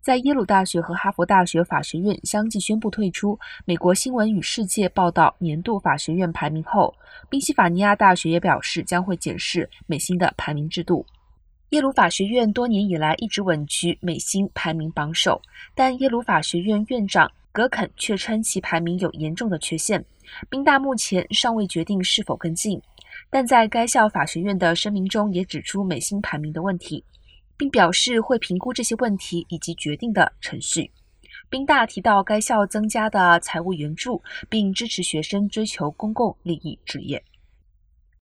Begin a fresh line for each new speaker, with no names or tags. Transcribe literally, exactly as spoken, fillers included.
在耶鲁大学和哈佛大学法学院相继宣布退出美国新闻与世界报道年度法学院排名后，宾夕法尼亚大学也表示将会检视美新的排名制度。耶鲁法学院多年以来一直稳居美新排名榜首，但耶鲁法学院院长格肯却称其排名有严重的缺陷。宾大目前尚未决定是否跟进，但在该校法学院的声明中也指出美新排名的问题，并表示会评估这些问题以及决定的程序。宾大提到该校增加的财务援助，并支持学生追求公共利益置业。